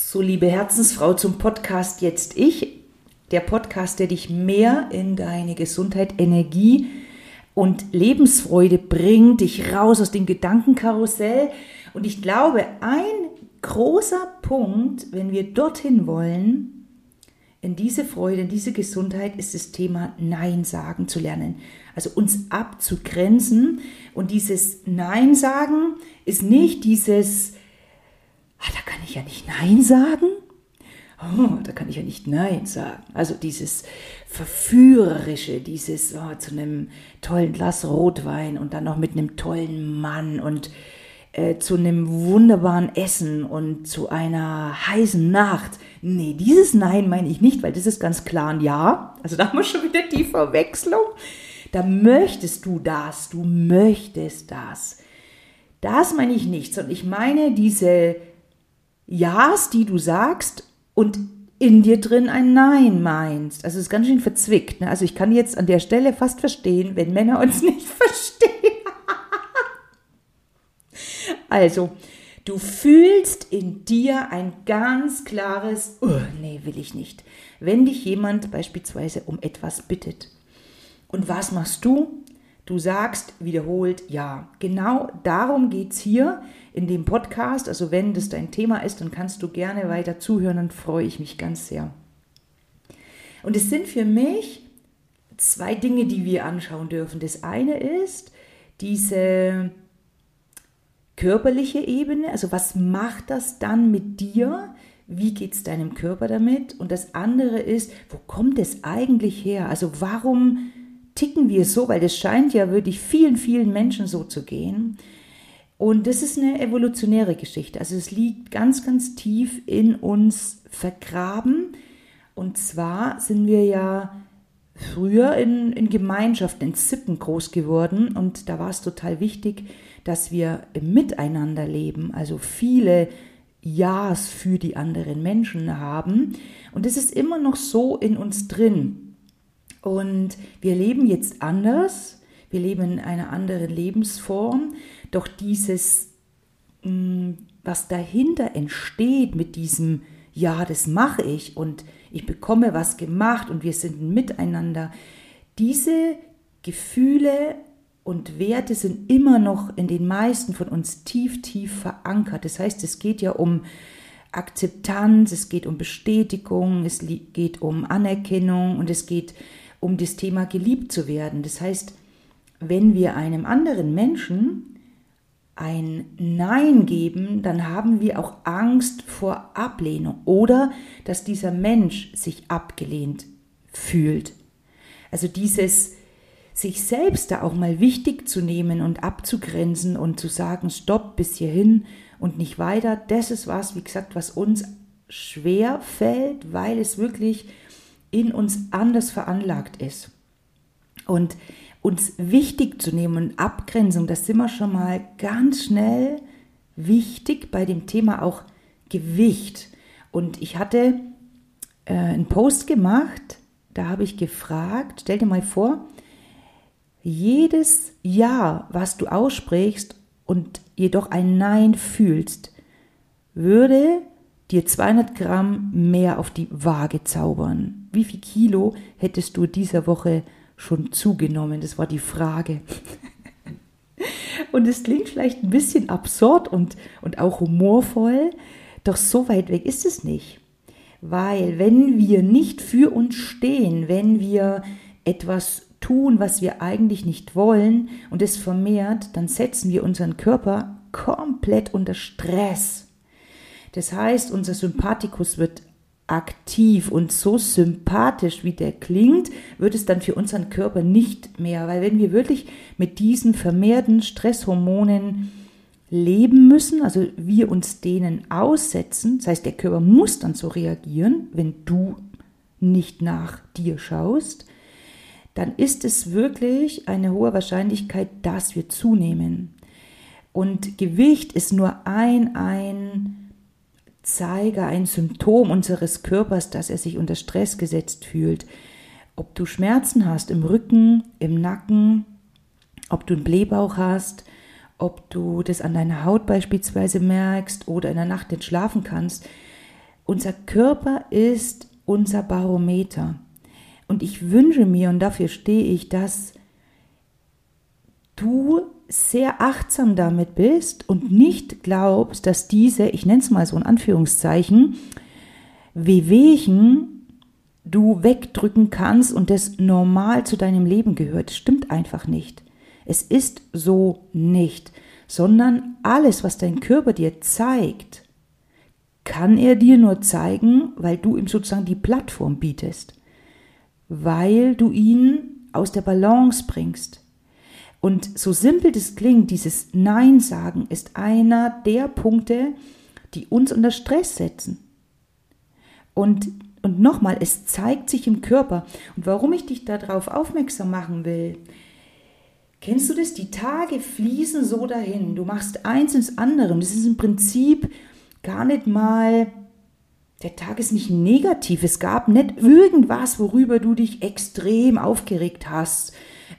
So, liebe Herzensfrau, zum Podcast Jetzt Ich. Der Podcast, der dich mehr in deine Gesundheit, Energie und Lebensfreude bringt, dich raus aus dem Gedankenkarussell. Und ich glaube, ein großer Punkt, wenn wir dorthin wollen, in diese Freude, in diese Gesundheit, ist das Thema Nein sagen zu lernen. Also uns abzugrenzen. Und dieses Nein sagen ist nicht dieses, da kann ich ja nicht Nein sagen. Da kann ich ja nicht Nein sagen. Also dieses Verführerische, dieses zu einem tollen Glas Rotwein und dann noch mit einem tollen Mann und zu einem wunderbaren Essen und zu einer heißen Nacht. Nee, dieses Nein meine ich nicht, weil das ist ganz klar ein Ja. Also da haben wir schon wieder die Verwechslung. Da möchtest du das, du möchtest das. Das meine ich nicht, sondern ich meine diese Ja's, die du sagst und in dir drin ein Nein meinst. Also es ist ganz schön verzwickt. Ne? Also ich kann jetzt an der Stelle fast verstehen, wenn Männer uns nicht verstehen. Also, du fühlst in dir ein ganz klares, nee, will ich nicht. Wenn dich jemand beispielsweise um etwas bittet. Und was machst du? Du sagst wiederholt ja. Genau darum geht es hier in dem Podcast. Also wenn das dein Thema ist, dann kannst du gerne weiter zuhören, dann freue ich mich ganz sehr. Und es sind für mich zwei Dinge, die wir anschauen dürfen. Das eine ist diese körperliche Ebene, also was macht das dann mit dir? Wie geht es deinem Körper damit? Und das andere ist, wo kommt es eigentlich her? Also warum ticken wir so? Weil das scheint ja wirklich vielen, vielen Menschen so zu gehen. Und das ist eine evolutionäre Geschichte. Also es liegt ganz, ganz tief in uns vergraben. Und zwar sind wir ja früher in Gemeinschaften, in Sippen groß geworden. Und da war es total wichtig, dass wir im Miteinander leben, also viele Ja's für die anderen Menschen haben. Und das ist immer noch so in uns drin. Und wir leben jetzt anders, wir leben in einer anderen Lebensform, doch dieses, was dahinter entsteht mit diesem, ja, das mache ich und ich bekomme was gemacht und wir sind ein Miteinander, diese Gefühle und Werte sind immer noch in den meisten von uns tief, tief verankert. Das heißt, es geht ja um Akzeptanz, es geht um Bestätigung, es geht um Anerkennung und es geht um das Thema geliebt zu werden. Das heißt, wenn wir einem anderen Menschen ein Nein geben, dann haben wir auch Angst vor Ablehnung oder dass dieser Mensch sich abgelehnt fühlt. Also dieses sich selbst da auch mal wichtig zu nehmen und abzugrenzen und zu sagen, stopp, bis hierhin und nicht weiter, das ist was, wie gesagt, was uns schwer fällt, weil es wirklich in uns anders veranlagt ist. Und uns wichtig zu nehmen und Abgrenzung, das sind wir schon mal ganz schnell wichtig bei dem Thema auch Gewicht. Und ich hatte einen Post gemacht, da habe ich gefragt, stell dir mal vor, jedes Ja, was du aussprichst und jedoch ein Nein fühlst, würde dir 200 Gramm mehr auf die Waage zaubern. Wie viel Kilo hättest du dieser Woche schon zugenommen? Das war die Frage. Und es klingt vielleicht ein bisschen absurd und auch humorvoll, doch so weit weg ist es nicht. Weil wenn wir nicht für uns stehen, wenn wir etwas tun, was wir eigentlich nicht wollen und es vermehrt, dann setzen wir unseren Körper komplett unter Stress. Das heißt, unser Sympathikus wird aktiv und so sympathisch, wie der klingt, wird es dann für unseren Körper nicht mehr, weil wenn wir wirklich mit diesen vermehrten Stresshormonen leben müssen, also wir uns denen aussetzen, das heißt, der Körper muss dann so reagieren, wenn du nicht nach dir schaust, dann ist es wirklich eine hohe Wahrscheinlichkeit, dass wir zunehmen. Und Gewicht ist nur ein Zeiger, ein Symptom unseres Körpers, dass er sich unter Stress gesetzt fühlt. Ob du Schmerzen hast im Rücken, im Nacken, ob du einen Blähbauch hast, ob du das an deiner Haut beispielsweise merkst oder in der Nacht nicht schlafen kannst unser Körper ist unser Barometer. Und ich wünsche mir, und dafür stehe ich, dass du sehr achtsam damit bist und nicht glaubst, dass diese, ich nenne es mal so in Anführungszeichen, Wehwehchen du wegdrücken kannst und das normal zu deinem Leben gehört. Das stimmt einfach nicht. Es ist so nicht, sondern alles, was dein Körper dir zeigt, kann er dir nur zeigen, weil du ihm sozusagen die Plattform bietest, weil du ihn aus der Balance bringst. Und so simpel das klingt, dieses Nein sagen ist einer der Punkte, die uns unter Stress setzen. Und nochmal, es zeigt sich im Körper. Und warum ich dich darauf aufmerksam machen will, kennst du das? Die Tage fließen so dahin. Du machst eins ins andere. Und es ist im Prinzip gar nicht mal, der Tag ist nicht negativ. Es gab nicht irgendwas, worüber du dich extrem aufgeregt hast.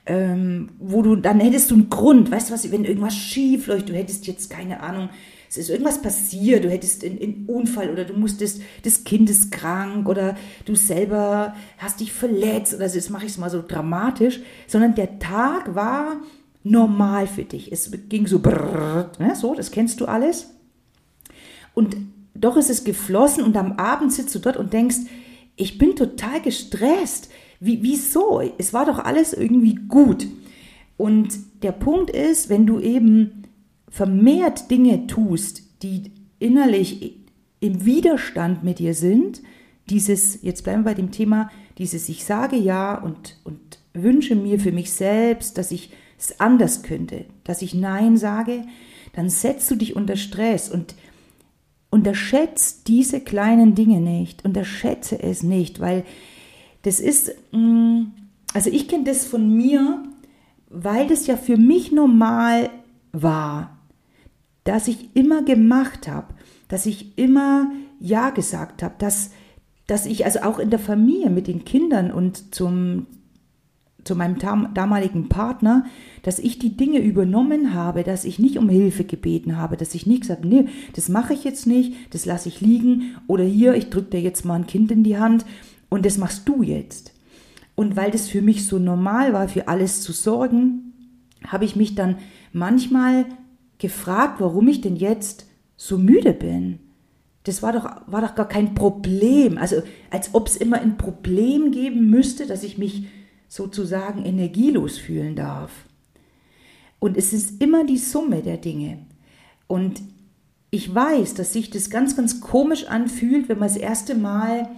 Dann hättest du einen Grund, weißt du was, wenn irgendwas schief läuft, du hättest jetzt, keine Ahnung, es ist irgendwas passiert, du hättest einen Unfall oder du musstest, das Kind ist krank oder du selber hast dich verletzt oder jetzt mache ich es mal so dramatisch, sondern der Tag war normal für dich. Es ging so, ne, so, das kennst du alles. Und doch ist es geflossen und am Abend sitzt du dort und denkst, ich bin total gestresst. Wieso? Es war doch alles irgendwie gut. Und der Punkt ist, wenn du eben vermehrt Dinge tust, die innerlich im Widerstand mit dir sind, jetzt bleiben wir bei dem Thema, ich sage ja und wünsche mir für mich selbst, dass ich es anders könnte, dass ich Nein sage, dann setzt du dich unter Stress und unterschätzt diese kleinen Dinge nicht, unterschätze es nicht, weil das ist, also ich kenne das von mir, weil das ja für mich normal war, dass ich immer gemacht habe, dass ich immer Ja gesagt habe, dass ich also auch in der Familie mit den Kindern und zu meinem damaligen Partner, dass ich die Dinge übernommen habe, dass ich nicht um Hilfe gebeten habe, dass ich nicht gesagt habe, nee, das mache ich jetzt nicht, das lasse ich liegen oder hier, ich drücke dir jetzt mal ein Kind in die Hand und das machst du jetzt. Und weil das für mich so normal war, für alles zu sorgen, habe ich mich dann manchmal gefragt, warum ich denn jetzt so müde bin. Das war doch gar kein Problem. Also als ob es immer ein Problem geben müsste, dass ich mich sozusagen energielos fühlen darf. Und es ist immer die Summe der Dinge. Und ich weiß, dass sich das ganz, ganz komisch anfühlt, wenn man das erste Mal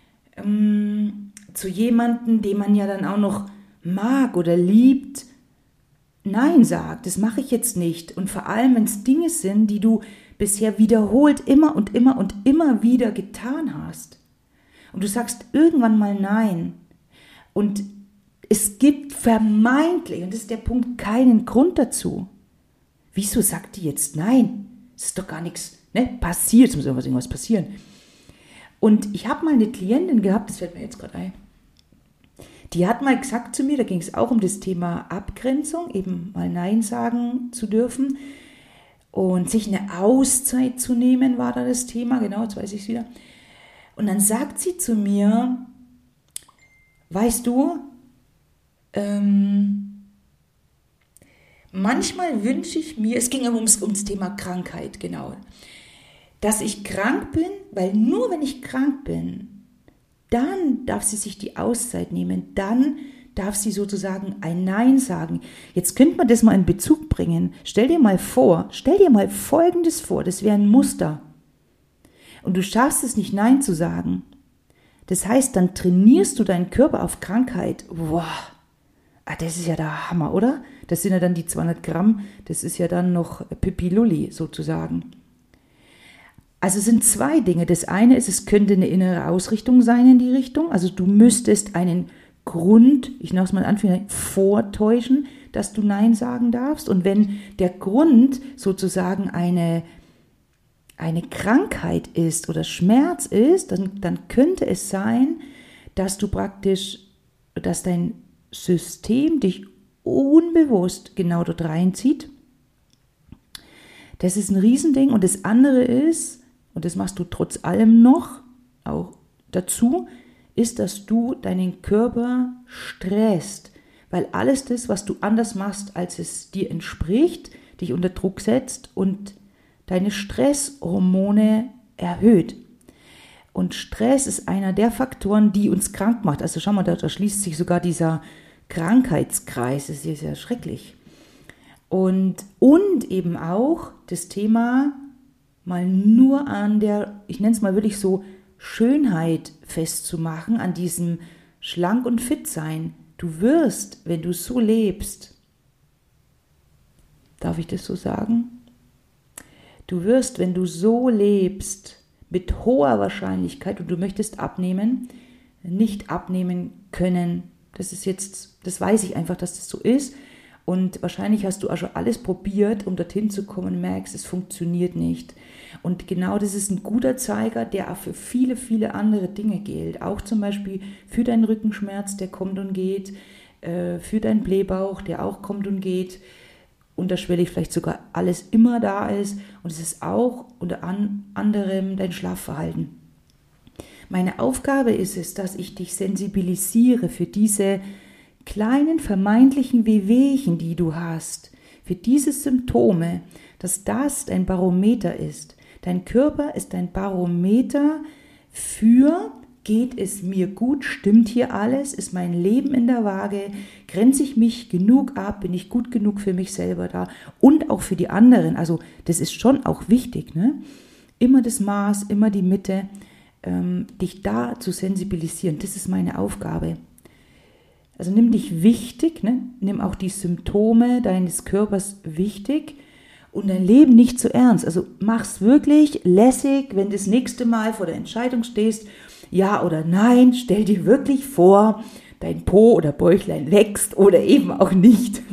zu jemandem, den man ja dann auch noch mag oder liebt, Nein sagt. Das mache ich jetzt nicht. Und vor allem, wenn es Dinge sind, die du bisher wiederholt immer und immer und immer wieder getan hast. Und du sagst irgendwann mal Nein. Und es gibt vermeintlich, und das ist der Punkt, keinen Grund dazu. Wieso sagt die jetzt Nein? Es ist doch gar nichts, ne? Passiert, es muss irgendwas passieren. Und ich habe mal eine Klientin gehabt, das fällt mir jetzt gerade ein, die hat mal gesagt zu mir, da ging es auch um das Thema Abgrenzung, eben mal Nein sagen zu dürfen und sich eine Auszeit zu nehmen, war da das Thema, genau, jetzt weiß ich es wieder. Und dann sagt sie zu mir, weißt du, manchmal wünsche ich mir, es ging aber ums Thema Krankheit, genau, dass ich krank bin, weil nur wenn ich krank bin, dann darf sie sich die Auszeit nehmen, dann darf sie sozusagen ein Nein sagen. Jetzt könnte man das mal in Bezug bringen. Stell dir mal Folgendes vor, das wäre ein Muster. Und du schaffst es nicht, Nein zu sagen. Das heißt, dann trainierst du deinen Körper auf Krankheit. Wow, das ist ja der Hammer, oder? Das sind ja dann die 200 Gramm, das ist ja dann noch Pipi-Lulli sozusagen. Also es sind zwei Dinge. Das eine ist, es könnte eine innere Ausrichtung sein in die Richtung. Also du müsstest einen Grund, ich nenne es mal in Anführungszeichen, vortäuschen, dass du Nein sagen darfst. Und wenn der Grund sozusagen eine Krankheit ist oder Schmerz ist, dann könnte es sein, dass dass dein System dich unbewusst genau dort reinzieht. Das ist ein Riesending. Und das andere ist, und das machst du trotz allem noch, auch dazu, ist, dass du deinen Körper stresst, weil alles das, was du anders machst, als es dir entspricht, dich unter Druck setzt und deine Stresshormone erhöht. Und Stress ist einer der Faktoren, die uns krank macht. Also schau mal, da schließt sich sogar dieser Krankheitskreis, das ist ja schrecklich. Und eben auch das Thema mal nur an der, ich nenne es mal wirklich so, Schönheit festzumachen, an diesem schlank und fit sein. Du wirst, wenn du so lebst, darf ich das so sagen? Du wirst, wenn du so lebst, mit hoher Wahrscheinlichkeit, und du möchtest abnehmen, nicht abnehmen können. Das weiß ich einfach, dass das so ist. Und wahrscheinlich hast du auch schon alles probiert, um dorthin zu kommen und merkst, es funktioniert nicht. Und genau das ist ein guter Zeiger, der auch für viele, viele andere Dinge gilt. Auch zum Beispiel für deinen Rückenschmerz, der kommt und geht, für deinen Blähbauch, der auch kommt und geht, unterschwellig vielleicht sogar alles immer da ist. Und es ist auch unter anderem dein Schlafverhalten. Meine Aufgabe ist es, dass ich dich sensibilisiere für diese kleinen vermeintlichen Wehwehchen, die du hast, für diese Symptome, dass das dein Barometer ist. Dein Körper ist dein Barometer für, geht es mir gut, stimmt hier alles, ist mein Leben in der Waage, grenze ich mich genug ab, bin ich gut genug für mich selber da und auch für die anderen. Also das ist schon auch wichtig, ne? Immer das Maß, immer die Mitte, dich da zu sensibilisieren, das ist meine Aufgabe. Also nimm dich wichtig, ne? Nimm auch die Symptome deines Körpers wichtig und dein Leben nicht zu ernst. Also mach's wirklich lässig, wenn du das nächste Mal vor der Entscheidung stehst, ja oder nein, stell dir wirklich vor, dein Po oder Bäuchlein wächst oder eben auch nicht.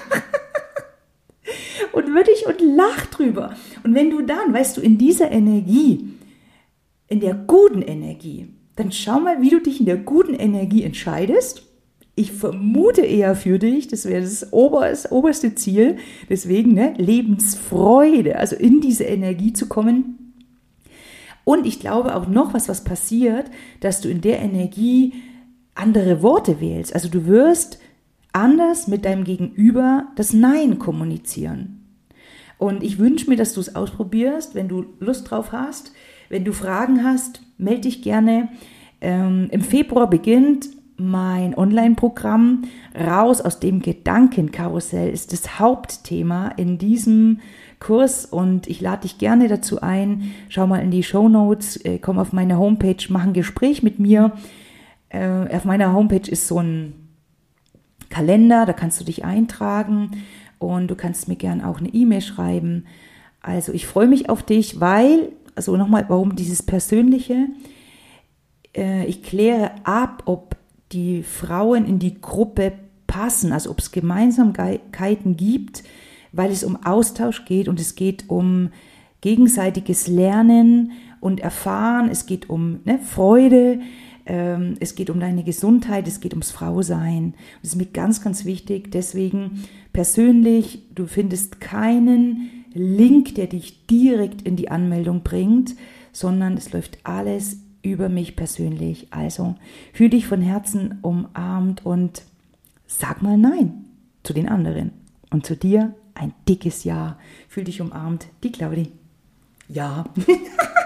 Und lach drüber. Und wenn du dann, weißt du, in dieser Energie, in der guten Energie, dann schau mal, wie du dich in der guten Energie entscheidest. Ich vermute eher für dich, das wäre das oberste Ziel, deswegen Lebensfreude, also in diese Energie zu kommen. Und ich glaube auch noch, was passiert, dass du in der Energie andere Worte wählst. Also du wirst anders mit deinem Gegenüber das Nein kommunizieren. Und ich wünsche mir, dass du es ausprobierst, wenn du Lust drauf hast. Wenn du Fragen hast, melde dich gerne. Im Februar beginnt mein Online-Programm Raus aus dem Gedankenkarussell ist das Hauptthema in diesem Kurs und ich lade dich gerne dazu ein. Schau mal in die Shownotes, komm auf meine Homepage, mach ein Gespräch mit mir. Auf meiner Homepage ist so ein Kalender, da kannst du dich eintragen und du kannst mir gerne auch eine E-Mail schreiben. Also ich freue mich auf dich, weil, also nochmal, warum dieses Persönliche? Ich kläre ab, ob die Frauen in die Gruppe passen, also ob es Gemeinsamkeiten gibt, weil es um Austausch geht und es geht um gegenseitiges Lernen und Erfahren, es geht um Freude, es geht um deine Gesundheit, es geht ums Frausein. Das ist mir ganz, ganz wichtig, deswegen persönlich, du findest keinen Link, der dich direkt in die Anmeldung bringt, sondern es läuft alles über mich persönlich. Also fühl dich von Herzen umarmt und sag mal Nein zu den anderen. Und zu dir ein dickes Ja. Fühl dich umarmt, die Claudi. Ja.